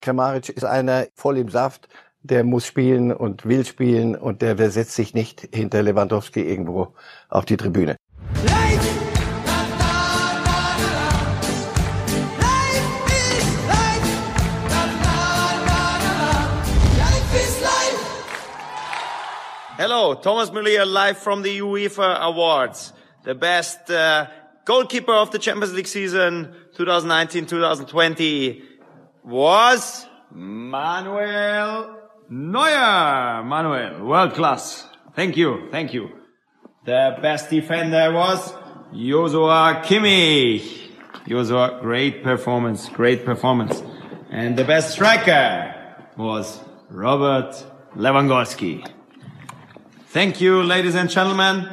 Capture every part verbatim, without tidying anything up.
Kramaric ist einer voll im Saft, der muss spielen und will spielen und der, der setzt sich nicht hinter Lewandowski irgendwo auf die Tribüne. Hello, Thomas Müller live from the UEFA Awards. The best uh, goalkeeper of the Champions League season twenty nineteen twenty twenty was Manuel Neuer. Manuel, world class. Thank you, thank you. The best defender was Joshua Kimmich. Joshua, great performance, great performance. And the best striker was Robert Lewandowski. Thank you, ladies and gentlemen.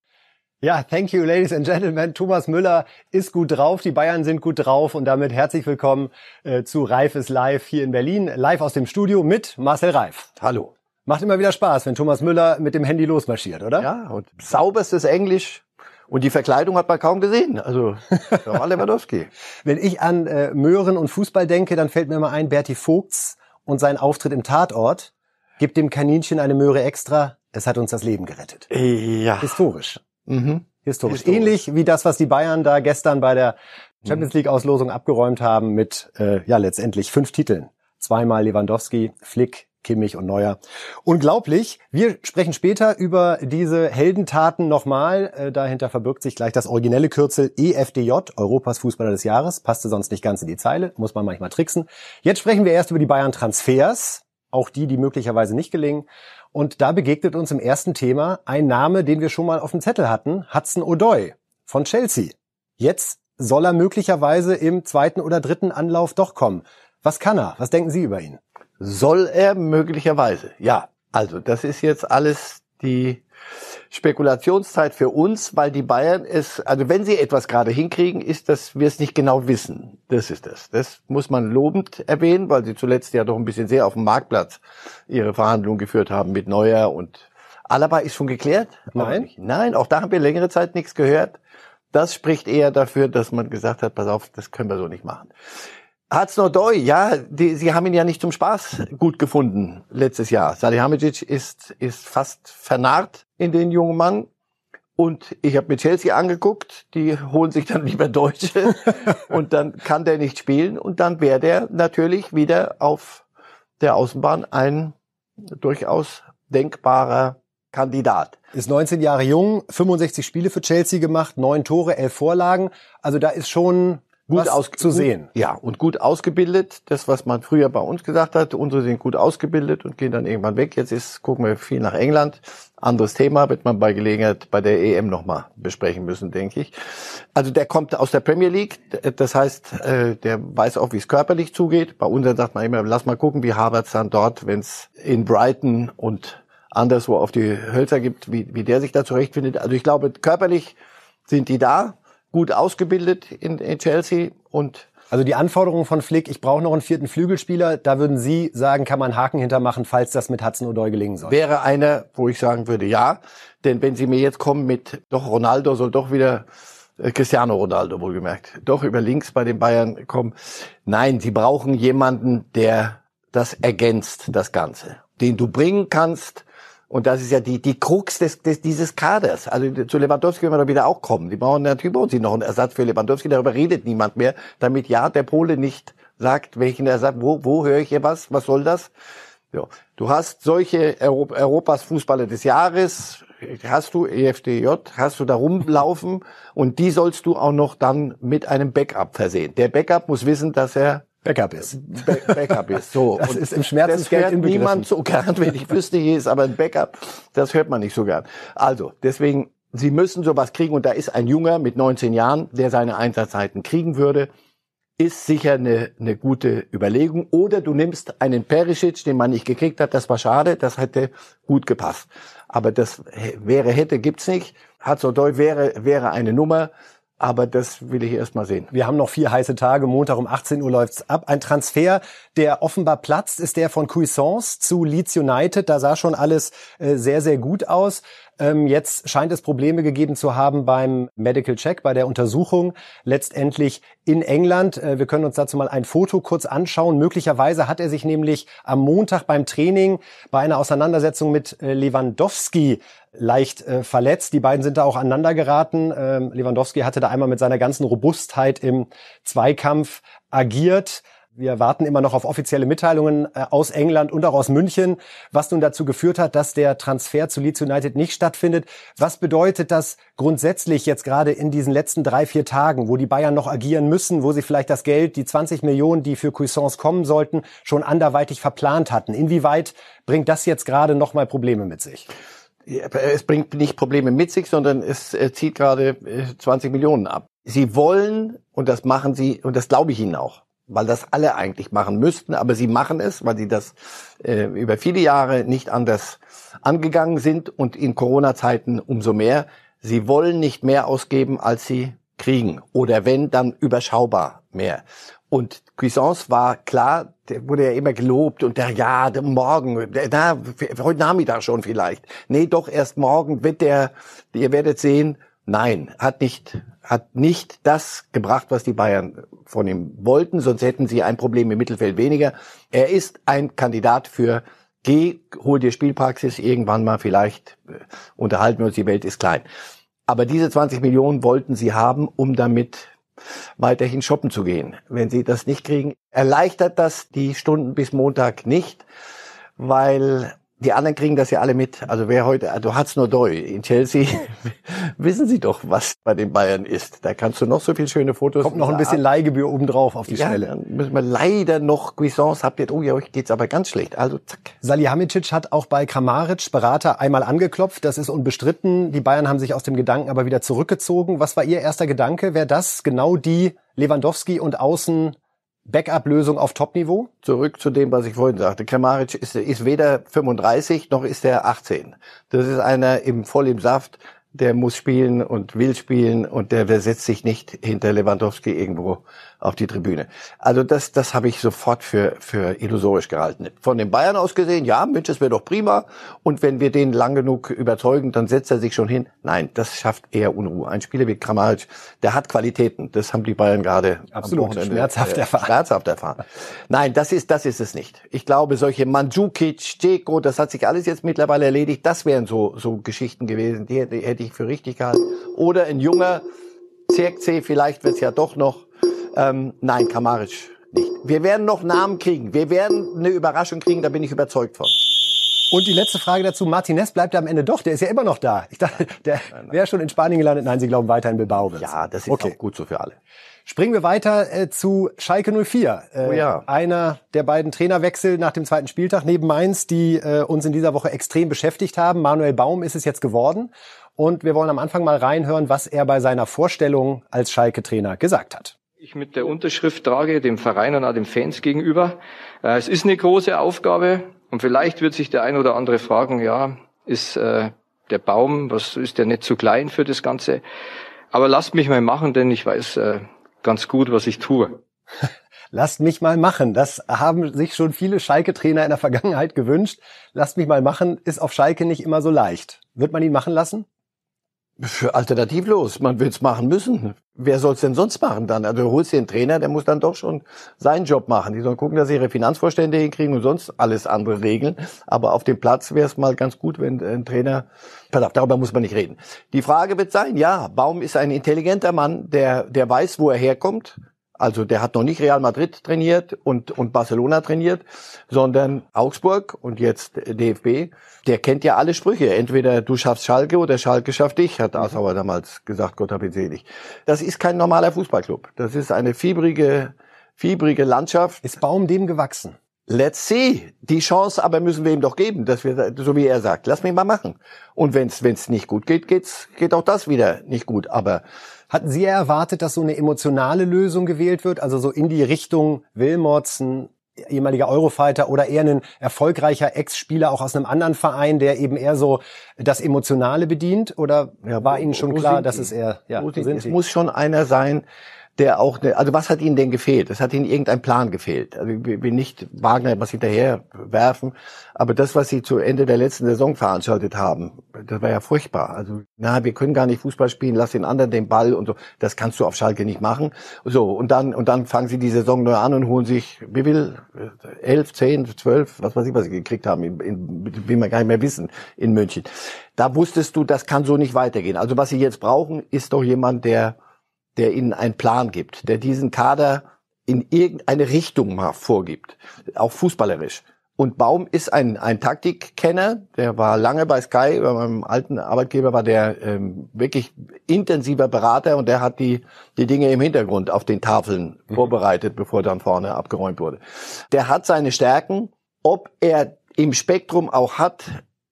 Ja, thank you, ladies and gentlemen. Thomas Müller ist gut drauf, die Bayern sind gut drauf und damit herzlich willkommen äh, zu Reif ist live hier in Berlin. Live aus dem Studio mit Marcel Reif. Hallo. Macht immer wieder Spaß, wenn Thomas Müller mit dem Handy losmarschiert, oder? Ja, und sauberstes Englisch. Und die Verkleidung hat man kaum gesehen. Also, da war Lewandowski. Wenn ich an äh, Möhren und Fußball denke, dann fällt mir immer ein, Berti Vogts und sein Auftritt im Tatort. Gibt dem Kaninchen eine Möhre extra. Es hat uns das Leben gerettet. Ja. Historisch. Mhm. Historisch. Historisch. Ähnlich wie das, was die Bayern da gestern bei der Champions League Auslosung abgeräumt haben mit, äh, ja, letztendlich fünf Titeln. Zweimal Lewandowski, Flick, Kimmich und Neuer. Unglaublich. Wir sprechen später über diese Heldentaten nochmal. Äh, dahinter verbirgt sich gleich das originelle Kürzel E F D J, Europas Fußballer des Jahres. Passte sonst nicht ganz in die Zeile, muss man manchmal tricksen. Jetzt sprechen wir erst über die Bayern-Transfers. Auch die, die möglicherweise nicht gelingen. Und da begegnet uns im ersten Thema ein Name, den wir schon mal auf dem Zettel hatten, Hudson-Odoi von Chelsea. Jetzt soll er möglicherweise im zweiten oder dritten Anlauf doch kommen. Was kann er? Was denken Sie über ihn? Soll er möglicherweise? Ja, also das ist jetzt alles die Spekulationszeit für uns, weil die Bayern es, also wenn sie etwas gerade hinkriegen, ist, dass wir es nicht genau wissen. Das ist das. Das muss man lobend erwähnen, weil sie zuletzt ja doch ein bisschen sehr auf dem Marktplatz ihre Verhandlungen geführt haben mit Neuer und Alaba ist schon geklärt? Nein. Nein, auch da haben wir längere Zeit nichts gehört. Das spricht eher dafür, dass man gesagt hat, pass auf, das können wir so nicht machen. Hudson-Odoi, ja, die, sie haben ihn ja nicht zum Spaß gut gefunden letztes Jahr. Salihamidzic ist ist fast vernarrt in den jungen Mann und ich habe mir Chelsea angeguckt, die holen sich dann lieber Deutsche und dann kann der nicht spielen und dann wäre der natürlich wieder auf der Außenbahn ein durchaus denkbarer Kandidat. Ist neunzehn Jahre jung, fünfundsechzig Spiele für Chelsea gemacht, neun Tore, elf Vorlagen. Also da ist schon gut aus zu sehen. Ja, und gut ausgebildet. Das, was man früher bei uns gesagt hat, unsere sind gut ausgebildet und gehen dann irgendwann weg. Jetzt ist, gucken wir viel nach England. Anderes Thema, wird man bei Gelegenheit bei der E M nochmal besprechen müssen, denke ich. Also der kommt aus der Premier League. Das heißt, der weiß auch, wie es körperlich zugeht. Bei uns sagt man immer, lass mal gucken, wie Havertz dann dort, wenn es in Brighton und anderswo auf die Hölzer gibt, wie, wie der sich da zurechtfindet. Also ich glaube, körperlich sind die da. Gut ausgebildet in, in Chelsea und also die Anforderungen von Flick, ich brauche noch einen vierten Flügelspieler, da würden Sie sagen, kann man einen Haken hintermachen, falls das mit Hudson-Odoi gelingen soll. Wäre einer, wo ich sagen würde, ja, denn wenn Sie mir jetzt kommen mit, doch Ronaldo soll doch wieder, äh, Cristiano Ronaldo wohlgemerkt, doch über links bei den Bayern kommen. Nein, Sie brauchen jemanden, der das ergänzt, das Ganze, den du bringen kannst. Und das ist ja die die Krux des, des dieses Kaders. Also zu Lewandowski können wir da wieder auch kommen. Die brauchen natürlich brauchen sie noch einen Ersatz für Lewandowski. Darüber redet niemand mehr, damit ja der Pole nicht sagt, welchen Ersatz, wo wo höre ich hier was, was soll das? So, du hast solche Europ- Europas Fußballer des Jahres, hast du E F D J, hast du da rumlaufen und die sollst du auch noch dann mit einem Backup versehen. Der Backup muss wissen, dass er Backup ist. Be- Backup ist. So. Das und ist im Schmerzensgeld das hört niemand so gern, wenn ich wüsste, hier ist aber ein Backup. Das hört man nicht so gern. Also, deswegen, Sie müssen sowas kriegen und da ist ein Junger mit neunzehn Jahren, der seine Einsatzzeiten kriegen würde, ist sicher eine, eine gute Überlegung. Oder du nimmst einen Perisic, den man nicht gekriegt hat, das war schade, das hätte gut gepasst. Aber das wäre, hätte, gibt's nicht. Hudson-Odoi wäre, wäre eine Nummer. Aber das will ich erst mal sehen. Wir haben noch vier heiße Tage. Montag um achtzehn Uhr läuft's ab. Ein Transfer, der offenbar platzt, ist der von Cuisance zu Leeds United. Da sah schon alles äh, sehr, sehr gut aus. Ähm, jetzt scheint es Probleme gegeben zu haben beim Medical Check, bei der Untersuchung letztendlich in England. Äh, wir können uns dazu mal ein Foto kurz anschauen. Möglicherweise hat er sich nämlich am Montag beim Training bei einer Auseinandersetzung mit äh, Lewandowski leicht äh, verletzt. Die beiden sind da auch aneinander geraten. Ähm, Lewandowski hatte da einmal mit seiner ganzen Robustheit im Zweikampf agiert. Wir warten immer noch auf offizielle Mitteilungen äh, aus England und auch aus München, was nun dazu geführt hat, dass der Transfer zu Leeds United nicht stattfindet. Was bedeutet das grundsätzlich jetzt gerade in diesen letzten drei, vier Tagen, wo die Bayern noch agieren müssen, wo sie vielleicht das Geld, die zwanzig Millionen, die für Cuisance kommen sollten, schon anderweitig verplant hatten? Inwieweit bringt das jetzt gerade nochmal Probleme mit sich? Es bringt nicht Probleme mit sich, sondern es zieht gerade zwanzig Millionen ab. Sie wollen, und das machen sie, und das glaube ich Ihnen auch, weil das alle eigentlich machen müssten, aber sie machen es, weil sie das äh, über viele Jahre nicht anders angegangen sind und in Corona-Zeiten umso mehr. Sie wollen nicht mehr ausgeben, als sie kriegen. Oder wenn, dann überschaubar mehr. Und Cuisance war klar, der wurde ja immer gelobt und der, ja, der morgen, der, na, heute Nachmittag schon vielleicht. Nee, doch erst morgen wird der, ihr werdet sehen, nein, hat nicht, hat nicht das gebracht, was die Bayern von ihm wollten, sonst hätten sie ein Problem im Mittelfeld weniger. Er ist ein Kandidat für geh, hol dir Spielpraxis, irgendwann mal vielleicht äh, unterhalten wir uns, die Welt ist klein. Aber diese zwanzig Millionen wollten sie haben, um damit weiterhin shoppen zu gehen. Wenn sie das nicht kriegen, erleichtert das die Stunden bis Montag nicht, weil die anderen kriegen das ja alle mit. Also wer heute, du hat's nur Doi in Chelsea, wissen Sie doch, was bei den Bayern ist. Da kannst du noch so viele schöne Fotos. Kommt noch ein bisschen Leihgebühr obendrauf auf die ja, Schnelle. Dann müssen wir leider noch Cuisance, habt ihr, oh ja, euch geht's aber ganz schlecht. Also zack. Salihamidzic hat auch bei Kramaric, Berater, einmal angeklopft. Das ist unbestritten. Die Bayern haben sich aus dem Gedanken aber wieder zurückgezogen. Was war Ihr erster Gedanke? Wäre das genau die Lewandowski und Außen Backup-Lösung auf Top-Niveau? Zurück zu dem, was ich vorhin sagte. Kramaric ist, ist weder fünfunddreißig, noch ist er achtzehn. Das ist einer im voll im Saft, der muss spielen und will spielen und der, der setzt sich nicht hinter Lewandowski irgendwo auf die Tribüne. Also das, das habe ich sofort für, für illusorisch gehalten. Von den Bayern aus gesehen, ja, Mensch, das wäre doch prima. Und wenn wir den lang genug überzeugen, dann setzt er sich schon hin. Nein, das schafft eher Unruhe. Ein Spieler wie Kramaric, der hat Qualitäten. Das haben die Bayern gerade absolut schmerzhaft erfahren. Schmerzhaft erfahren. Nein, das ist, das ist es nicht. Ich glaube, solche Mandzukic, Dzeko, das hat sich alles jetzt mittlerweile erledigt. Das wären so, so Geschichten gewesen. Die, die hätte ich für richtig gehalten. Oder ein junger Zirkzee, vielleicht wird's ja doch noch. Ähm, nein, Kramaric nicht. Wir werden noch Namen kriegen. Wir werden eine Überraschung kriegen, da bin ich überzeugt von. Und die letzte Frage dazu, Martinez bleibt ja am Ende doch, der ist ja immer noch da. Ich dachte, der wäre schon in Spanien gelandet. Nein, Sie glauben weiter in Bilbao. Ja, das ist okay. Auch gut so für alle. Springen wir weiter äh, zu Schalke null vier. Äh, oh ja. Einer der beiden Trainerwechsel nach dem zweiten Spieltag neben Mainz, die äh, uns in dieser Woche extrem beschäftigt haben. Manuel Baum ist es jetzt geworden. Und wir wollen am Anfang mal reinhören, was er bei seiner Vorstellung als Schalke-Trainer gesagt hat. Ich mit der Unterschrift trage, dem Verein und auch den Fans gegenüber. Äh, es ist eine große Aufgabe und vielleicht wird sich der ein oder andere fragen, ja, ist äh, der Baum, was ist der nicht zu klein für das Ganze? Aber lasst mich mal machen, denn ich weiß äh, ganz gut, was ich tue. Lasst mich mal machen. Das haben sich schon viele Schalke-Trainer in der Vergangenheit gewünscht. Lasst mich mal machen, ist auf Schalke nicht immer so leicht. Wird man ihn machen lassen? Für alternativlos. Man will es machen müssen. Wer soll es denn sonst machen dann? Also du holst dir einen Trainer, der muss dann doch schon seinen Job machen. Die sollen gucken, dass sie ihre Finanzvorstände hinkriegen und sonst alles andere regeln. Aber auf dem Platz wäre es mal ganz gut, wenn ein Trainer... Pass auf, darüber muss man nicht reden. Die Frage wird sein, ja, Baum ist ein intelligenter Mann, der der weiß, wo er herkommt. Also der hat noch nicht Real Madrid trainiert und und Barcelona trainiert, sondern Augsburg und jetzt D F B. Der kennt ja alle Sprüche. Entweder du schaffst Schalke oder Schalke schafft dich, hat Assauer damals gesagt, Gott hab ihn selig. Das ist kein normaler Fußballclub. Das ist eine fiebrige, fiebrige Landschaft. Ist Baum dem gewachsen? Let's see. Die Chance aber müssen wir ihm doch geben, dass wir, so wie er sagt, lass mich mal machen. Und wenn's wenn's nicht gut geht, geht's geht auch das wieder nicht gut. Aber hatten Sie erwartet, dass so eine emotionale Lösung gewählt wird, also so in die Richtung Wilmots, ein ehemaliger Eurofighter oder eher ein erfolgreicher Ex-Spieler auch aus einem anderen Verein, der eben eher so das Emotionale bedient? Oder ja, war Ihnen schon klar, dass es eher, ja, so sind es muss schon einer sein, der auch, ne, also was hat Ihnen denn gefehlt? Es hat Ihnen irgendein Plan gefehlt. Also ich will nicht Wagner etwas hinterher werfen, aber das, was Sie zu Ende der letzten Saison veranstaltet haben, das war ja furchtbar. Also, na, wir können gar nicht Fußball spielen, lass den anderen den Ball und so. Das kannst du auf Schalke nicht machen. So, und dann, und dann fangen Sie die Saison neu an und holen sich, wie viel? Elf, zehn, zwölf, was weiß ich, was Sie gekriegt haben, in, in, will man gar nicht mehr wissen, in München. Da wusstest du, das kann so nicht weitergehen. Also was Sie jetzt brauchen, ist doch jemand, der der ihnen einen Plan gibt, der diesen Kader in irgendeine Richtung mal vorgibt, auch fußballerisch. Und Baum ist ein ein Taktikkenner, der war lange bei Sky, bei meinem alten Arbeitgeber war der ähm, wirklich intensiver Berater und der hat die die Dinge im Hintergrund auf den Tafeln mhm. vorbereitet, bevor dann vorne abgeräumt wurde. Der hat seine Stärken, ob er im Spektrum auch hat,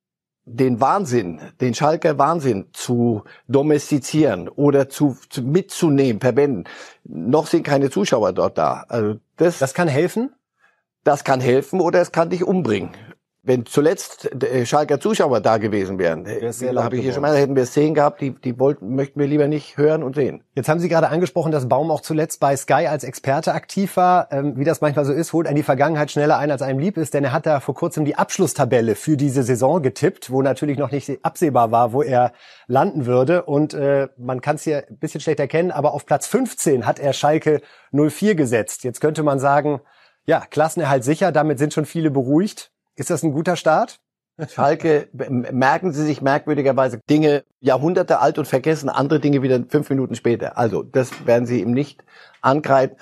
den Wahnsinn, den Schalker Wahnsinn zu domestizieren oder zu, zu mitzunehmen, verwenden. Noch sind keine Zuschauer dort da. Also das, das kann helfen? Das kann helfen oder es kann dich umbringen. Wenn zuletzt äh, Schalker Zuschauer da gewesen wären, habe ich hier schon mal, hätten wir Szenen gehabt, die, die wollten, möchten wir lieber nicht hören und sehen. Jetzt haben Sie gerade angesprochen, dass Baum auch zuletzt bei Sky als Experte aktiv war. Ähm, wie das manchmal so ist, holt einen die Vergangenheit schneller ein, als einem lieb ist, denn er hat da vor kurzem die Abschlusstabelle für diese Saison getippt, wo natürlich noch nicht absehbar war, wo er landen würde. Und äh, man kann es hier ein bisschen schlecht erkennen, aber auf Platz fünfzehn hat er Schalke null vier gesetzt. Jetzt könnte man sagen, ja, Klassenerhalt sicher, damit sind schon viele beruhigt. Ist das ein guter Start? Schalke, merken Sie sich merkwürdigerweise Dinge Jahrhunderte alt und vergessen andere Dinge wieder fünf Minuten später. Also das werden Sie ihm nicht ankreiden.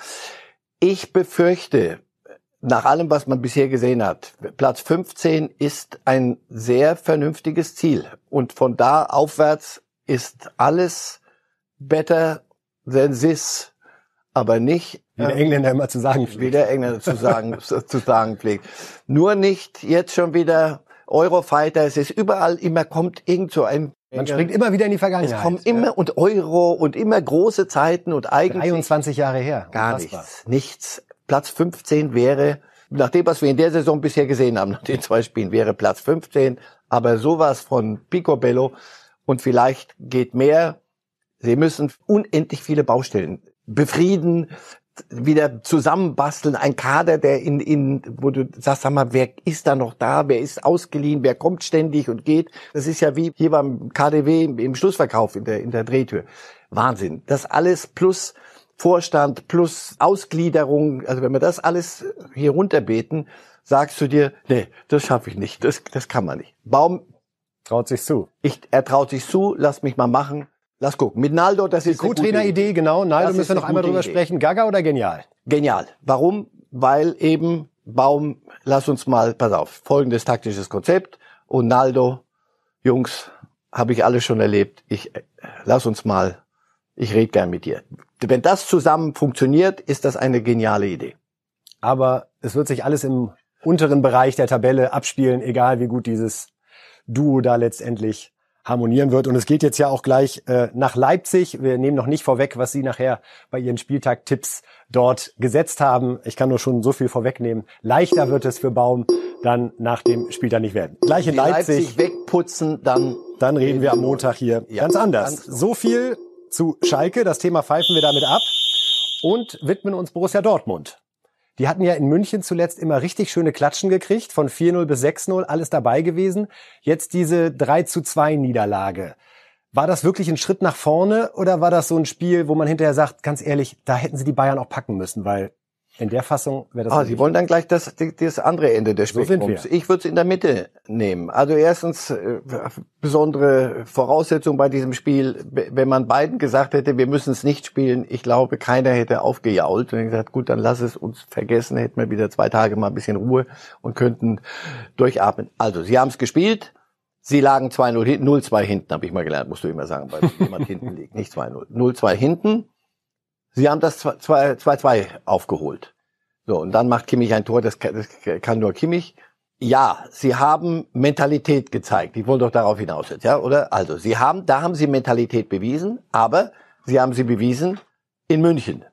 Ich befürchte, nach allem, was man bisher gesehen hat, Platz fünfzehn ist ein sehr vernünftiges Ziel. Und von da aufwärts ist alles better than this, aber nicht wie der Engländer immer zu sagen pflegt. Wie der Engländer zu sagen, zu sagen pflegt. Nur nicht jetzt schon wieder Eurofighter. Es ist überall immer, kommt irgend so ein... Man springt immer wieder in die Vergangenheit. Es kommen immer, ja. Und Euro und immer große Zeiten und eigentlich... dreiundzwanzig Jahre her. Gar nichts. Nichts. Platz fünfzehn wäre, nach dem, was wir in der Saison bisher gesehen haben, nach den zwei Spielen, wäre Platz fünfzehn. Aber sowas von Picobello und vielleicht geht mehr. Sie müssen unendlich viele Baustellen befrieden, wieder zusammenbasteln, ein Kader, der in, in, wo du sagst, sag mal, wer ist da noch da, wer ist ausgeliehen, wer kommt ständig und geht. Das ist ja wie hier beim K D W im Schlussverkauf in der, in der Drehtür. Wahnsinn. Das alles plus Vorstand, plus Ausgliederung, also wenn wir das alles hier runterbeten, sagst du dir, nee, das schaffe ich nicht, das, das kann man nicht. Baum traut sich zu. Ich, er traut sich zu, lass mich mal machen. Lass gucken. Mit Naldo, das ist die Co-Trainer-Idee, genau. Naldo müssen wir noch einmal drüber Idee. sprechen. Gaga oder genial? Genial. Warum? Weil eben Baum, lass uns mal, pass auf, folgendes taktisches Konzept. Und Naldo, Jungs, habe ich alles schon erlebt. Ich, lass uns mal, ich rede gern mit dir. Wenn das zusammen funktioniert, ist das eine geniale Idee. Aber es wird sich alles im unteren Bereich der Tabelle abspielen, egal wie gut dieses Duo da letztendlich harmonieren wird. Und es geht jetzt ja auch gleich äh, nach Leipzig. Wir nehmen noch nicht vorweg, was Sie nachher bei Ihren Spieltag-Tipps dort gesetzt haben. Ich kann nur schon so viel vorwegnehmen. Leichter wird es für Baum dann nach dem Spieltag nicht werden. Gleich in Leipzig. Leipzig wegputzen, dann dann reden wir am Montag hier ja, ganz anders. Ganz so viel zu Schalke. Das Thema pfeifen wir damit ab und widmen uns Borussia Dortmund. Die hatten ja in München zuletzt immer richtig schöne Klatschen gekriegt, von vier null bis sechs null, alles dabei gewesen. Jetzt diese drei zu zwei Niederlage. War das wirklich ein Schritt nach vorne oder war das so ein Spiel, wo man hinterher sagt, ganz ehrlich, da hätten sie die Bayern auch packen müssen, weil in der Fassung wäre das... Ah, Sie wollen dann gleich das, das andere Ende des Spektrums. So ich würde es in der Mitte nehmen. Also erstens, äh, besondere Voraussetzung bei diesem Spiel, wenn man beiden gesagt hätte, wir müssen es nicht spielen, ich glaube, keiner hätte aufgejault und gesagt, gut, dann lass es uns vergessen, hätten wir wieder zwei Tage mal ein bisschen Ruhe und könnten durchatmen. Also, sie haben es gespielt, sie lagen zwei null hinten, null zwei hinten, habe ich mal gelernt, musst du immer sagen, weil jemand hinten liegt, nicht zwei null. null zwei hinten. Sie haben das zwei zwei aufgeholt. So, und dann macht Kimmich ein Tor, das kann, das kann nur Kimmich. Ja, sie haben Mentalität gezeigt. Die wollen doch darauf hinaus jetzt, ja, oder? Also, sie haben, da haben sie Mentalität bewiesen, aber sie haben sie bewiesen in München.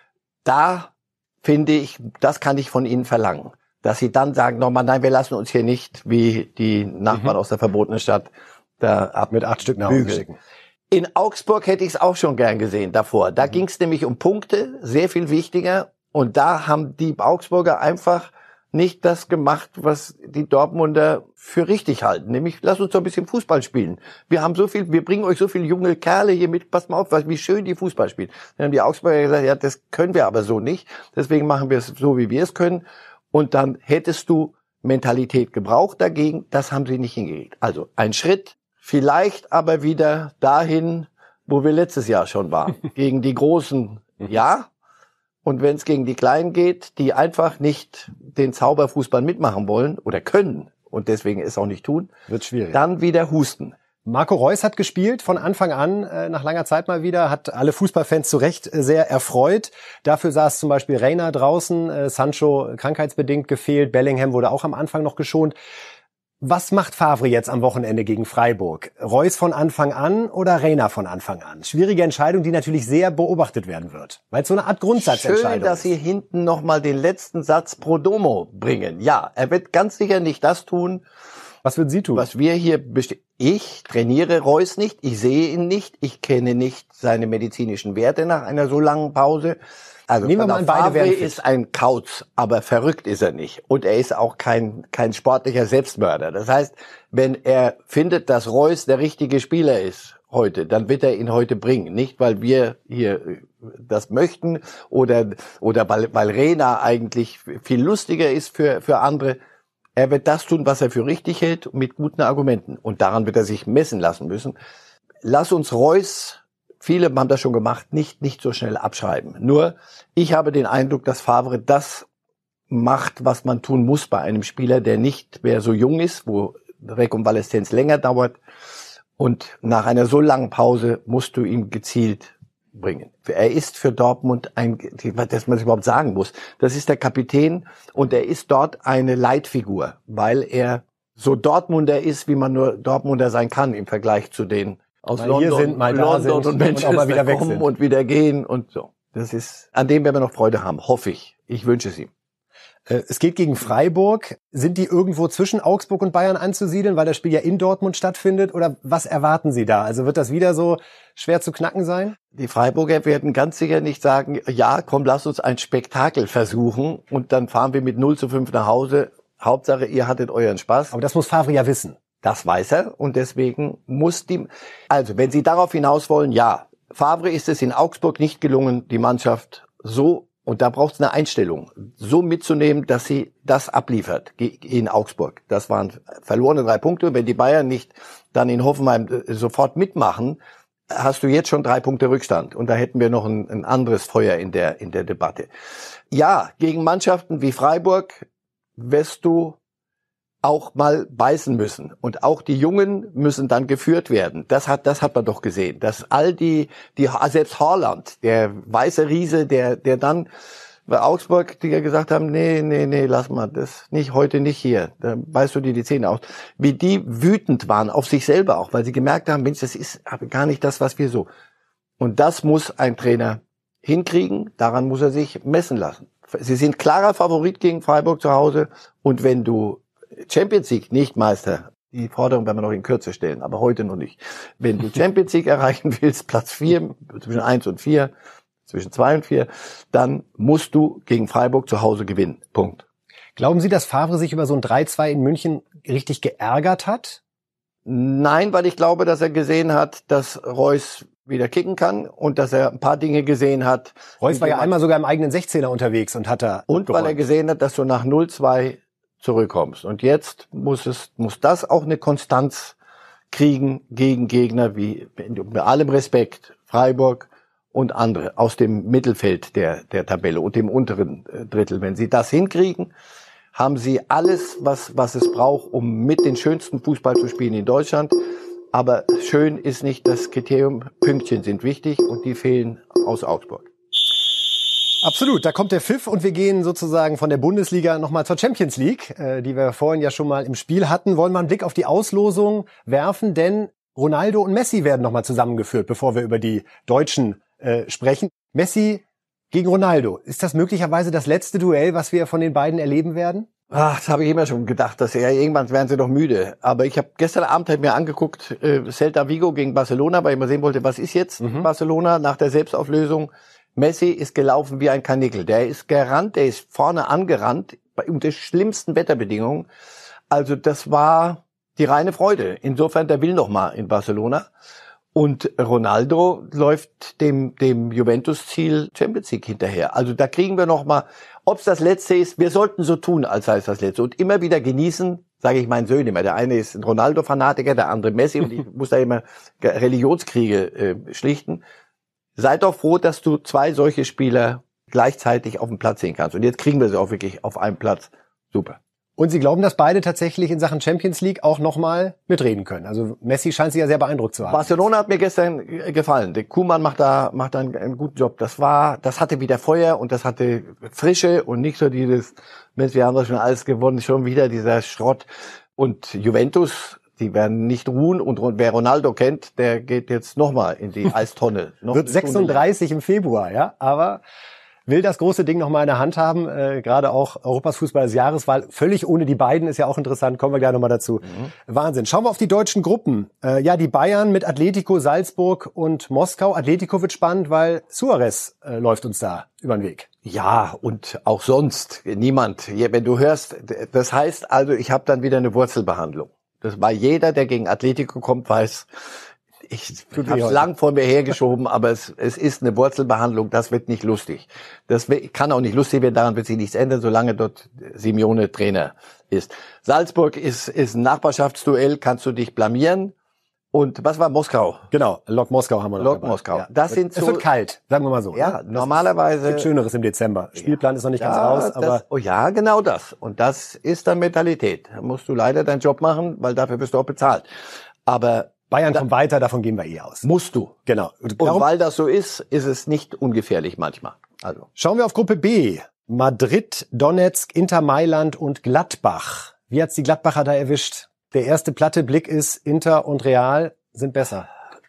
Da finde ich, das kann ich von ihnen verlangen. Dass sie dann sagen, nochmal, nein, wir lassen uns hier nicht, wie die Nachbarn mhm. aus der verbotenen Stadt, da ab mit acht Stück nach Hause schicken. In Augsburg hätte ich es auch schon gern gesehen davor. Da mhm. ging es nämlich um Punkte, sehr viel wichtiger. Und da haben die Augsburger einfach nicht das gemacht, was die Dortmunder für richtig halten. Nämlich, lass uns doch ein bisschen Fußball spielen. Wir haben so viel, wir bringen euch so viele junge Kerle hier mit, passt mal auf, wie schön die Fußball spielen. Dann haben die Augsburger gesagt, ja, das können wir aber so nicht. Deswegen machen wir es so, wie wir es können. Und dann hättest du Mentalität gebraucht dagegen. Das haben sie nicht hingekriegt. Also, ein Schritt, vielleicht aber wieder dahin, wo wir letztes Jahr schon waren. Gegen die Großen, ja. Und wenn es gegen die Kleinen geht, die einfach nicht den Zauberfußball mitmachen wollen oder können und deswegen es auch nicht tun, wird schwierig. Dann wieder husten. Marco Reus hat gespielt von Anfang an, äh, nach langer Zeit mal wieder, hat alle Fußballfans zu Recht äh, sehr erfreut. Dafür saß zum Beispiel Reina draußen, äh, Sancho krankheitsbedingt gefehlt, Bellingham wurde auch am Anfang noch geschont. Was macht Favre jetzt am Wochenende gegen Freiburg? Reus von Anfang an oder Reina von Anfang an? Schwierige Entscheidung, die natürlich sehr beobachtet werden wird, weil es so eine Art Grundsatzentscheidung ist. Schön, dass Sie hinten nochmal den letzten Satz pro domo bringen. Ja, er wird ganz sicher nicht das tun. Was würden Sie tun? Was wir hier besti- Ich trainiere Reus nicht, ich sehe ihn nicht, ich kenne nicht seine medizinischen Werte nach einer so langen Pause. Also nehmen wir mal an, beide Favre ist ein Kauz, aber verrückt ist er nicht. Und er ist auch kein kein sportlicher Selbstmörder. Das heißt, wenn er findet, dass Reus der richtige Spieler ist heute, dann wird er ihn heute bringen. Nicht, weil wir hier das möchten oder oder weil, weil Reina eigentlich viel lustiger ist für für andere. Er wird das tun, was er für richtig hält, mit guten Argumenten. Und daran wird er sich messen lassen müssen. Lass uns Reus... Viele haben das schon gemacht, nicht nicht so schnell abschreiben. Nur, ich habe den Eindruck, dass Favre das macht, was man tun muss bei einem Spieler, der nicht mehr so jung ist, wo Rekonvaleszenz länger dauert. Und nach einer so langen Pause musst du ihn gezielt bringen. Er ist für Dortmund ein, dass man es überhaupt sagen muss, das ist der Kapitän und er ist dort eine Leitfigur, weil er so Dortmunder ist, wie man nur Dortmunder sein kann im Vergleich zu den aus mal London, hier sind, mal da London sind und und Manchester auch mal wieder weg kommen sind. und wieder gehen und so. Das ist, an dem werden wir noch Freude haben, hoffe ich. Ich wünsche es ihm. Es geht gegen Freiburg. Sind die irgendwo zwischen Augsburg und Bayern anzusiedeln, weil das Spiel ja in Dortmund stattfindet? Oder was erwarten Sie da? Also wird das wieder so schwer zu knacken sein? Die Freiburger werden ganz sicher nicht sagen, ja, komm, lass uns ein Spektakel versuchen und dann fahren wir mit null zu fünf nach Hause. Hauptsache, ihr hattet euren Spaß. Aber das muss Favre ja wissen. Das weiß er und deswegen muss die, also wenn Sie darauf hinaus wollen, ja, Favre ist es in Augsburg nicht gelungen, die Mannschaft so, und da braucht es eine Einstellung, so mitzunehmen, dass sie das abliefert in Augsburg. Das waren verlorene drei Punkte. Wenn die Bayern nicht dann in Hoffenheim sofort mitmachen, hast du jetzt schon drei Punkte Rückstand und da hätten wir noch ein, ein anderes Feuer in der, in der Debatte. Ja, gegen Mannschaften wie Freiburg wirst du auch mal beißen müssen. Und auch die Jungen müssen dann geführt werden. Das hat, das hat man doch gesehen. Dass all die, die, selbst Haaland, der weiße Riese, der, der dann bei Augsburg, die ja gesagt haben, nee, nee, nee, lass mal, das nicht, heute nicht hier. Da beißt du dir die Zähne aus. Wie die wütend waren auf sich selber auch, weil sie gemerkt haben, Mensch, das ist aber gar nicht das, was wir so. Und das muss ein Trainer hinkriegen. Daran muss er sich messen lassen. Sie sind klarer Favorit gegen Freiburg zu Hause. Und wenn du Champions League, nicht Meister. Die Forderung werden wir noch in Kürze stellen, aber heute noch nicht. Wenn du Champions League erreichen willst, Platz vier, zwischen eins und vier, zwischen zwei und vier, dann musst du gegen Freiburg zu Hause gewinnen. Punkt. Glauben Sie, dass Favre sich über so ein drei zwei in München richtig geärgert hat? Nein, weil ich glaube, dass er gesehen hat, dass Reus wieder kicken kann und dass er ein paar Dinge gesehen hat. Reus war ja einmal sogar im eigenen sechzehner unterwegs und hat da Und weil er gesehen hat, dass du nach null zwei zurückkommst. Und jetzt muss es, muss das auch eine Konstanz kriegen gegen Gegner wie, mit allem Respekt, Freiburg und andere aus dem Mittelfeld der, der Tabelle und dem unteren Drittel. Wenn sie das hinkriegen, haben sie alles, was, was es braucht, um mit den schönsten Fußball zu spielen in Deutschland. Aber schön ist nicht das Kriterium. Pünktchen sind wichtig und die fehlen aus Augsburg. Absolut, da kommt der Pfiff und wir gehen sozusagen von der Bundesliga nochmal zur Champions League, äh, die wir vorhin ja schon mal im Spiel hatten. Wollen wir einen Blick auf die Auslosung werfen, denn Ronaldo und Messi werden nochmal zusammengeführt, bevor wir über die Deutschen äh, sprechen. Messi gegen Ronaldo, ist das möglicherweise das letzte Duell, was wir von den beiden erleben werden? Ach, das habe ich immer schon gedacht, dass ja irgendwann werden sie doch müde. Aber ich habe gestern Abend halt mir angeguckt, äh, Celta Vigo gegen Barcelona, weil ich mal sehen wollte, was ist jetzt mhm. Barcelona nach der Selbstauflösung. Messi ist gelaufen wie ein Karnickel. Der ist gerannt, der ist vorne angerannt, bei unter schlimmsten Wetterbedingungen. Also das war die reine Freude. Insofern, der will noch mal in Barcelona. Und Ronaldo läuft dem dem Juventus-Ziel Champions League hinterher. Also da kriegen wir noch mal, ob es das Letzte ist, wir sollten so tun, als sei es das Letzte. Und immer wieder genießen, sage ich meinen Söhnen immer. Der eine ist ein Ronaldo-Fanatiker, der andere Messi. Und ich muss da immer Religionskriege äh, schlichten. Seid doch froh, dass du zwei solche Spieler gleichzeitig auf dem Platz sehen kannst. Und jetzt kriegen wir sie auch wirklich auf einem Platz. Super. Und Sie glauben, dass beide tatsächlich in Sachen Champions League auch nochmal mitreden können? Also Messi scheint sich ja sehr beeindruckt zu haben. Barcelona hat mir gestern gefallen. Der Koeman macht da macht da einen, einen guten Job. Das war, das hatte wieder Feuer und das hatte Frische und nicht so dieses, Mensch, wir haben doch schon alles gewonnen, schon wieder dieser Schrott. Und Juventus, die werden nicht ruhen. Und wer Ronaldo kennt, der geht jetzt nochmal in die Eistonne. Noch Wird sechsunddreißig im Februar, ja, aber will das große Ding noch mal in der Hand haben, äh, gerade auch Europas Fußball des Jahres, weil völlig ohne die beiden ist ja auch interessant, kommen wir gleich noch mal dazu. Mhm. Wahnsinn. Schauen wir auf die deutschen Gruppen. Äh, ja, die Bayern mit Atletico, Salzburg und Moskau. Atletico wird spannend, weil Suarez äh, läuft uns da über den Weg. Ja, und auch sonst niemand. Wenn du hörst, das heißt also, ich habe dann wieder eine Wurzelbehandlung. Das war jeder, der gegen Atletico kommt, weiß, ich habe es lang vor mir hergeschoben, aber es, es ist eine Wurzelbehandlung, das wird nicht lustig. Das kann auch nicht lustig werden, daran wird sich nichts ändern, solange dort Simeone Trainer ist. Salzburg ist, ist ein Nachbarschaftsduell, kannst du dich blamieren. Und was war Moskau? Genau, Lok Moskau haben wir noch Lok dabei. Moskau. Ja. Das sind so, es wird kalt, sagen wir mal so. Ja, ne? Normalerweise. Es gibt Schöneres im Dezember. Spielplan ist noch nicht ja, ganz raus, aber. Das, oh ja, genau das. Und das ist dann Mentalität. Da musst du leider deinen Job machen, weil dafür wirst du auch bezahlt. Aber Bayern kommt weiter, davon gehen wir eh aus. Musst du. Genau. Und, Und weil das so ist, ist es nicht ungefährlich manchmal. Also. Schauen wir auf Gruppe B. Madrid, Donetsk, Inter Mailand und Gladbach. Wie hat's die Gladbacher da erwischt? Der erste platte Blick ist, Inter und Real sind besser.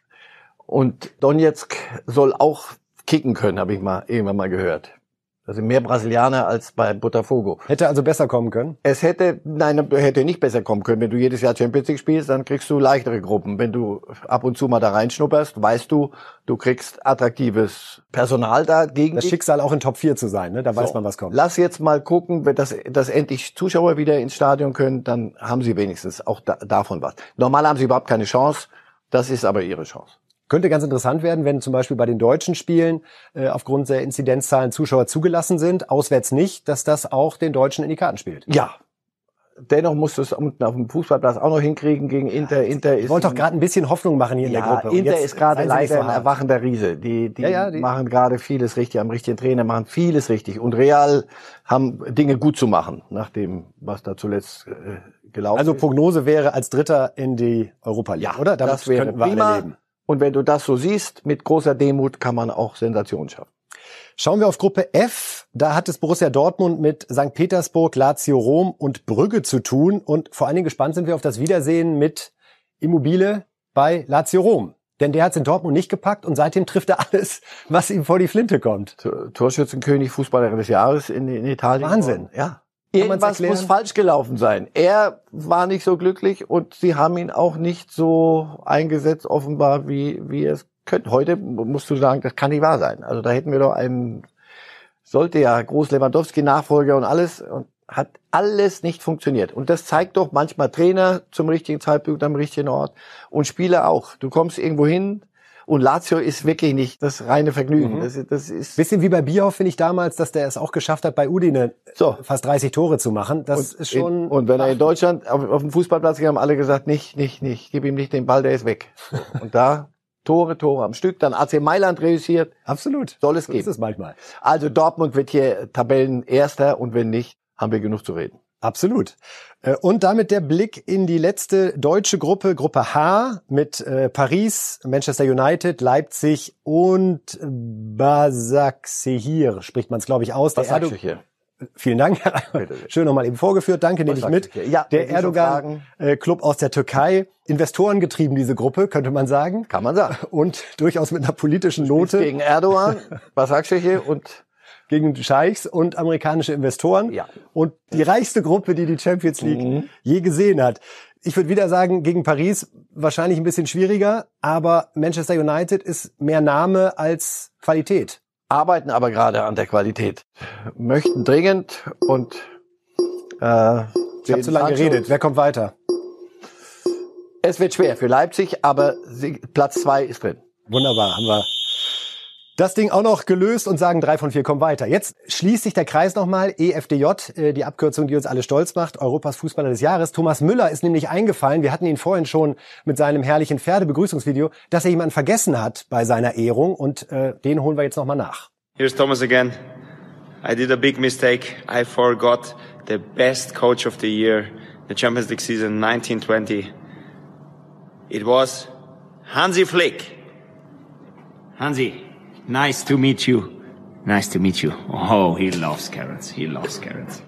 Und Donetsk soll auch kicken können, habe ich mal irgendwann mal gehört. Das sind mehr Brasilianer als bei Botafogo. Hätte also besser kommen können? Es hätte, nein, hätte nicht besser kommen können. Wenn du jedes Jahr Champions League spielst, dann kriegst du leichtere Gruppen. Wenn du ab und zu mal da reinschnupperst, weißt du, du kriegst attraktives Personal da gegen Das dich. Schicksal auch in Top vier zu sein, ne? Da weiß so, man, was kommt. Lass jetzt mal gucken, wenn das, dass endlich Zuschauer wieder ins Stadion können, dann haben sie wenigstens auch da, davon was. Normal haben sie überhaupt keine Chance. Das ist aber ihre Chance. Könnte ganz interessant werden, wenn zum Beispiel bei den deutschen Spielen äh, aufgrund der Inzidenzzahlen Zuschauer zugelassen sind, auswärts nicht, dass das auch den Deutschen in die Karten spielt. Ja. Dennoch musst du es unten auf dem Fußballplatz auch noch hinkriegen gegen Inter. Inter ist ich wollte doch gerade ein bisschen Hoffnung machen hier in ja, der Gruppe. Inter ist gerade leider so ein erwachender Riese. Die, die, ja, ja, die machen gerade vieles richtig, haben richtigen Trainer, machen vieles richtig. Und Real haben Dinge gut zu machen, nach dem, was da zuletzt äh, gelaufen also ist. Also Prognose wäre als Dritter in die Europa League, ja, oder? Damit das wäre könnten wir prima. alle leben. Und wenn du das so siehst, mit großer Demut kann man auch Sensationen schaffen. Schauen wir auf Gruppe F. Da hat es Borussia Dortmund mit Sankt Petersburg, Lazio Rom und Brügge zu tun. Und vor allen Dingen gespannt sind wir auf das Wiedersehen mit Immobile bei Lazio Rom. Denn der hat es in Dortmund nicht gepackt und seitdem trifft er alles, was ihm vor die Flinte kommt. Torschützenkönig, Fußballer des Jahres in, in Italien. Wahnsinn. Ja. Irgendwas muss falsch gelaufen sein. Er war nicht so glücklich und sie haben ihn auch nicht so eingesetzt, offenbar, wie, wie es könnte. Heute musst du sagen, das kann nicht wahr sein. Also da hätten wir doch einen, sollte ja Groß Lewandowski Nachfolger und alles, und hat alles nicht funktioniert. Und das zeigt doch manchmal Trainer zum richtigen Zeitpunkt am richtigen Ort und Spieler auch. Du kommst irgendwo hin. Und Lazio ist wirklich nicht das reine Vergnügen. Mhm. Das, das ist bisschen wie bei Bierhoff, finde ich damals, dass der es auch geschafft hat, bei Udine so. fast dreißig Tore zu machen. Das und ist schon. In, und wenn er in Deutschland auf, auf dem Fußballplatz ging, haben alle gesagt, nicht, nicht, nicht, gib ihm nicht den Ball, der ist weg. Und da Tore, Tore am Stück. Dann A C Mailand reüssiert. Absolut. Soll es so geben. Ist es manchmal. Also Dortmund wird hier Tabellenerster und wenn nicht, haben wir genug zu reden. Absolut. Und damit der Blick in die letzte deutsche Gruppe, Gruppe H, mit äh, Paris, Manchester United, Leipzig und Başakşehir, spricht man es, glaube ich, aus. Der Başakşehir. Vielen Dank, Herr Reimer. Schön nochmal eben vorgeführt. Danke, nehme ich mit. Ja, der Erdogan-Club aus der Türkei. Investoren getrieben, diese Gruppe, könnte man sagen. Kann man sagen. Und durchaus mit einer politischen Note. Gegen Erdogan, Başakşehir und gegen Scheichs und amerikanische Investoren. Ja. Und die reichste Gruppe, die die Champions League mhm. je gesehen hat. Ich würde wieder sagen, gegen Paris wahrscheinlich ein bisschen schwieriger, aber Manchester United ist mehr Name als Qualität. Arbeiten aber gerade an der Qualität. Möchten dringend und äh, ich habe zu lange geredet. Wer kommt weiter? Es wird schwer für Leipzig, aber sie, Platz zwei ist drin. Wunderbar, haben wir das Ding auch noch gelöst und sagen, drei von vier kommen weiter. Jetzt schließt sich der Kreis nochmal. E F D J, die Abkürzung, die uns alle stolz macht. Europas Fußballer des Jahres. Thomas Müller ist nämlich eingefallen. Wir hatten ihn vorhin schon mit seinem herrlichen Pferdebegrüßungsvideo, dass er jemanden vergessen hat bei seiner Ehrung. Und äh, den holen wir jetzt nochmal nach. Here's Thomas again. I did a big mistake. I forgot the best coach of the year, the Champions League season nineteen twenty. It was Hansi Flick. Hansi. Nice to meet you. Nice to meet you. Oh, he loves carrots. He loves carrots.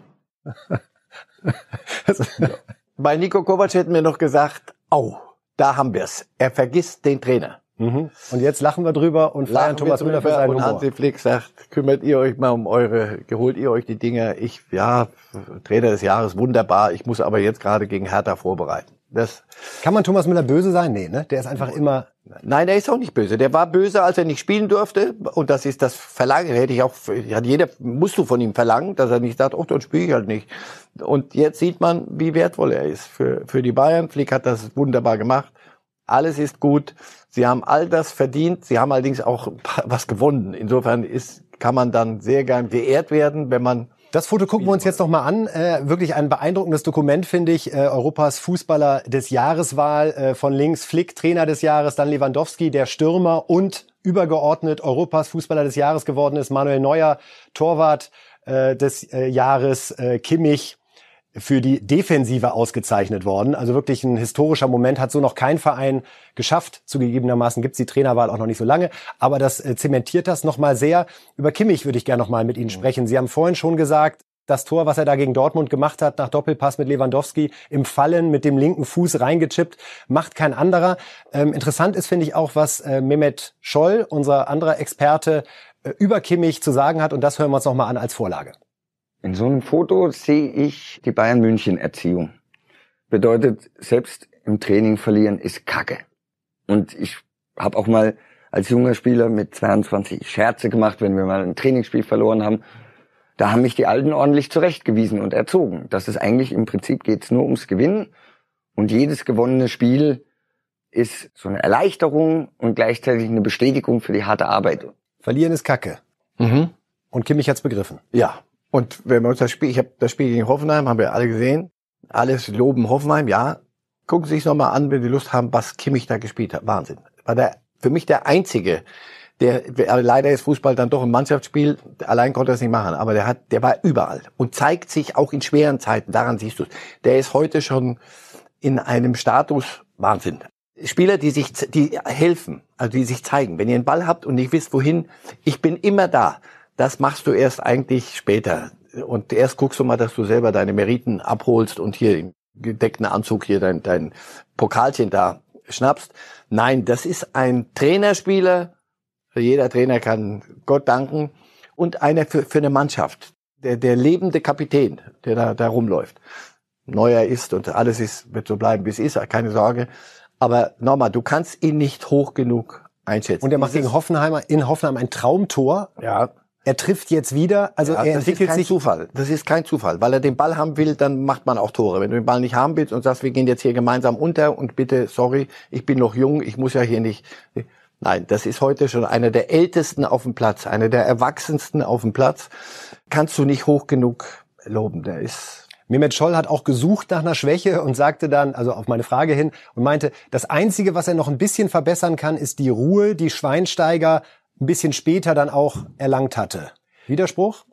Bei Niko Kovac hätten wir noch gesagt, au, da haben wir's. Er vergisst den Trainer. Mhm. Und jetzt lachen wir drüber und feiern Thomas Müller für seinen und Humor. Hansi Flick sagt, kümmert ihr euch mal um eure, geholt ihr euch die Dinger. Ich, ja, Trainer des Jahres, wunderbar. Ich muss aber jetzt gerade gegen Hertha vorbereiten. Das kann man Thomas Müller böse sein? Nee, ne? Der ist einfach immer... Nein, der ist auch nicht böse. Der war böse, als er nicht spielen durfte. Und das ist das Verlangen. Hätte ich auch, hat jeder, musst du von ihm verlangen, dass er nicht sagt, oh, dann spiele ich halt nicht. Und jetzt sieht man, wie wertvoll er ist für, für die Bayern. Flick hat das wunderbar gemacht. Alles ist gut. Sie haben all das verdient. Sie haben allerdings auch was gewonnen. Insofern ist, kann man dann sehr gern geehrt werden, wenn man... Das Foto gucken wir uns jetzt noch mal an. Äh, wirklich ein beeindruckendes Dokument, finde ich. Äh, Europas Fußballer des Jahreswahl. Äh, von links Flick, Trainer des Jahres, dann Lewandowski, der Stürmer und übergeordnet Europas Fußballer des Jahres geworden ist Manuel Neuer, Torwart äh, des äh, Jahres, äh, Kimmich für die Defensive ausgezeichnet worden. Also wirklich ein historischer Moment, hat so noch kein Verein geschafft. Zugegebenermaßen gibt's die Trainerwahl auch noch nicht so lange, aber das äh, zementiert das nochmal sehr. Über Kimmich würde ich gerne nochmal mit Ihnen sprechen. Sie haben vorhin schon gesagt, das Tor, was er da gegen Dortmund gemacht hat, nach Doppelpass mit Lewandowski, im Fallen mit dem linken Fuß reingechippt, macht kein anderer. Ähm, interessant ist, finde ich, auch, was äh, Mehmet Scholl, unser anderer Experte, äh, über Kimmich zu sagen hat. Und das hören wir uns nochmal an als Vorlage. In so einem Foto sehe ich die Bayern-München-Erziehung. Bedeutet, selbst im Training verlieren ist Kacke. Und ich habe auch mal als junger Spieler mit zweiundzwanzig Scherze gemacht, wenn wir mal ein Trainingsspiel verloren haben. Da haben mich die Alten ordentlich zurechtgewiesen und erzogen. Dass es eigentlich im Prinzip geht's nur ums Gewinnen. Und jedes gewonnene Spiel ist so eine Erleichterung und gleichzeitig eine Bestätigung für die harte Arbeit. Verlieren ist Kacke. Mhm. Und Kimmich hat's begriffen. Ja. Und wenn wir uns das Spiel, ich habe das Spiel gegen Hoffenheim, haben wir alle gesehen. Alles loben Hoffenheim, ja. Gucken Sie sich nochmal an, wenn Sie Lust haben, was Kimmich da gespielt hat. Wahnsinn. War der, für mich der Einzige, der, leider ist Fußball dann doch ein Mannschaftsspiel, allein konnte er es nicht machen, aber der hat, der war überall und zeigt sich auch in schweren Zeiten, daran siehst du es. Der ist heute schon in einem Status, Wahnsinn. Spieler, die sich, die helfen, also die sich zeigen. Wenn ihr einen Ball habt und nicht wisst, wohin, ich bin immer da. Das machst du erst eigentlich später. Und erst guckst du mal, dass du selber deine Meriten abholst und hier im gedeckten Anzug hier dein, dein Pokalchen da schnappst. Nein, das ist ein Trainerspieler. Jeder Trainer kann Gott danken. Und einer für, für eine Mannschaft. Der, der lebende Kapitän, der da, da rumläuft. Neuer ist und alles ist, wird so bleiben, wie es ist. Keine Sorge. Aber nochmal, du kannst ihn nicht hoch genug einschätzen. Und er macht gegen Hoffenheimer in Hoffenheim ein Traumtor. Ja. Er trifft jetzt wieder, also ja, er entwickelt das ist kein sich. Zufall. Das ist kein Zufall, weil er den Ball haben will, dann macht man auch Tore. Wenn du den Ball nicht haben willst und sagst, wir gehen jetzt hier gemeinsam unter und bitte, sorry, ich bin noch jung, ich muss ja hier nicht. Nein, das ist heute schon einer der Ältesten auf dem Platz, einer der Erwachsensten auf dem Platz. Kannst du nicht hoch genug loben. Der ist. Mehmet Scholl hat auch gesucht nach einer Schwäche und sagte dann, also auf meine Frage hin, und meinte, das Einzige, was er noch ein bisschen verbessern kann, ist die Ruhe, die Schweinsteiger ein bisschen später dann auch erlangt hatte. Widerspruch?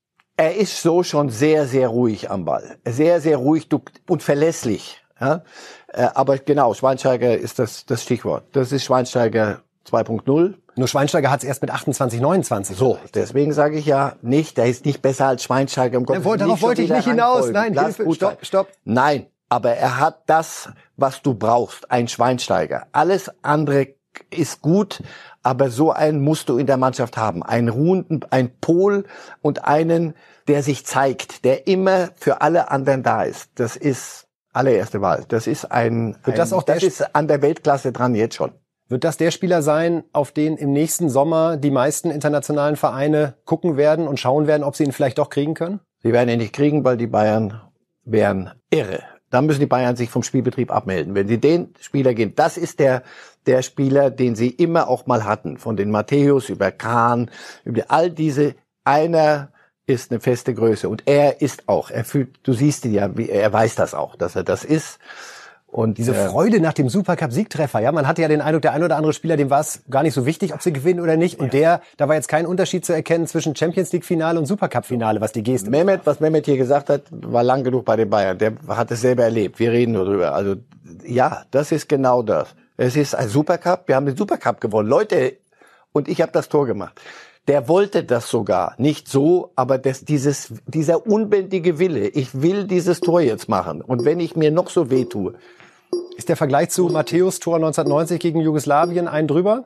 Er ist so schon sehr, sehr ruhig am Ball. Sehr, sehr ruhig und verlässlich. Ja? Aber genau, Schweinsteiger ist das, das Stichwort. Das ist Schweinsteiger zwei Punkt null. Nur Schweinsteiger hat es erst mit achtundzwanzig, neunundzwanzig. So, deswegen sage ich ja nicht, der ist nicht besser als Schweinsteiger. Um ja, wollte, darauf wollte ich nicht hinaus. Nein, Hilfe, Hilfe, stopp, stopp. Nein, aber er hat das, was du brauchst, ein Schweinsteiger. Alles andere ist gut, Aber so einen musst du in der Mannschaft haben. Einen ruhenden, ein Pol und einen, der sich zeigt, der immer für alle anderen da ist. Das ist allererste Wahl. Das ist ein, Wird das ein, auch der das ist an der Weltklasse dran jetzt schon. Wird das der Spieler sein, auf den im nächsten Sommer die meisten internationalen Vereine gucken werden und schauen werden, ob sie ihn vielleicht doch kriegen können? Sie werden ihn nicht kriegen, weil die Bayern wären irre. Da müssen die Bayern sich vom Spielbetrieb abmelden. Wenn sie den Spieler gehen, das ist der der Spieler, den sie immer auch mal hatten. Von den Matthäus über Kahn, über all diese, einer ist eine feste Größe. Und er ist auch, er fühlt, du siehst ihn ja, wie, er weiß das auch, dass er das ist. Und diese äh, Freude nach dem Supercup-Siegtreffer, ja, man hatte ja den Eindruck, der ein oder andere Spieler, dem war es gar nicht so wichtig, ob sie gewinnen oder nicht. Und der, da war jetzt kein Unterschied zu erkennen zwischen Champions-League-Finale und Supercup-Finale, was die Geste. Mehmet, was Mehmet hier gesagt hat, war lang genug bei den Bayern. Der hat es selber erlebt. Wir reden nur drüber. Also ja, das ist genau das. Es ist ein Supercup. Wir haben den Supercup gewonnen. Leute, und ich habe das Tor gemacht. Der wollte das sogar. Nicht so, aber das, dieses, dieser unbändige Wille. Ich will dieses Tor jetzt machen. Und wenn ich mir noch so weh tue. Ist der Vergleich zu Matthäus Tor neunzehnhundertneunzig gegen Jugoslawien ein drüber?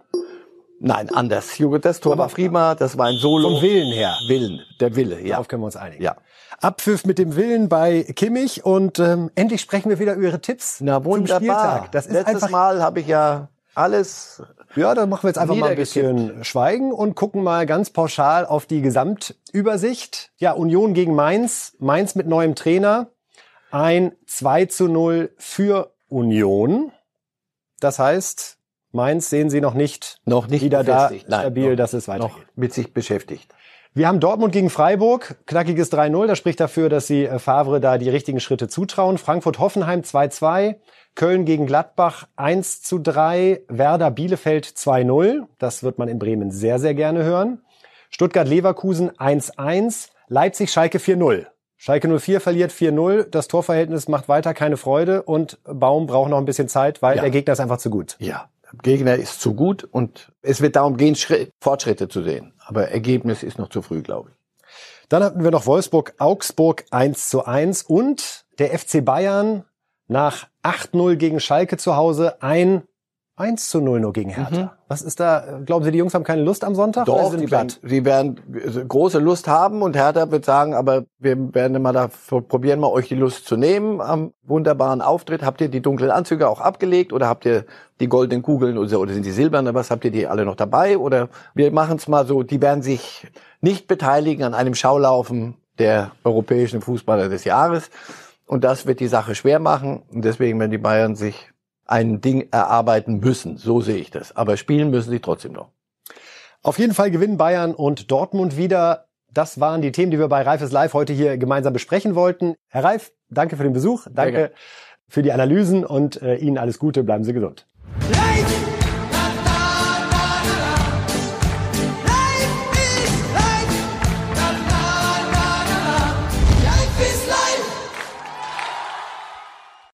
Nein, anders. Das Tor war prima. Das war ein Solo. Vom Willen her. Willen. Der Wille, ja. Darauf können wir uns einigen. Ja. Abpfiff mit dem Willen bei Kimmich und ähm, endlich sprechen wir wieder über Ihre Tipps. Na wunderbar. Zum Spieltag. Das ist Letztes einfach Mal habe ich ja alles. Ja, dann machen wir jetzt einfach mal ein bisschen Schweigen und gucken mal ganz pauschal auf die Gesamtübersicht. Ja, Union gegen Mainz. Mainz mit neuem Trainer. Ein zwei zu null für Union. Das heißt, Mainz sehen Sie noch nicht, noch nicht wieder da Nein, stabil, noch, dass es weitergeht. Noch mit sich beschäftigt. Wir haben Dortmund gegen Freiburg, knackiges drei null. Das spricht dafür, dass sie Favre da die richtigen Schritte zutrauen. Frankfurt-Hoffenheim zwei zwei. Köln gegen Gladbach eins zu drei. Werder Bielefeld zwei null. Das wird man in Bremen sehr, sehr gerne hören. Stuttgart-Leverkusen eins eins. Leipzig-Schalke vier null. Schalke null vier verliert vier null. Das Torverhältnis macht weiter keine Freude. Und Baum braucht noch ein bisschen Zeit, weil ja. der Gegner ist einfach zu gut. Ja, der Gegner ist zu gut. Und es wird darum gehen, Schritt, Fortschritte zu sehen. Aber Ergebnis ist noch zu früh, glaube ich. Dann hatten wir noch Wolfsburg-Augsburg eins zu eins. Und der F C Bayern nach acht null gegen Schalke zu Hause ein eins zu null nur gegen Hertha. Mhm. Was ist da? Glauben Sie, die Jungs haben keine Lust am Sonntag? Doch, sie werden, sie werden große Lust haben und Hertha wird sagen, aber wir werden mal da probieren, mal euch die Lust zu nehmen am wunderbaren Auftritt. Habt ihr die dunklen Anzüge auch abgelegt oder habt ihr die goldenen Kugeln oder, oder sind die silbernen? Was habt ihr die alle noch dabei? Oder wir machen es mal so, die werden sich nicht beteiligen an einem Schaulaufen der europäischen Fußballer des Jahres. Und das wird die Sache schwer machen. Und deswegen werden die Bayern sich ein Ding erarbeiten müssen. So sehe ich das. Aber spielen müssen sie trotzdem noch. Auf jeden Fall gewinnen Bayern und Dortmund wieder. Das waren die Themen, die wir bei Reif ist live heute hier gemeinsam besprechen wollten. Herr Reif, danke für den Besuch. Danke für die Analysen und äh, Ihnen alles Gute. Bleiben Sie gesund. Live!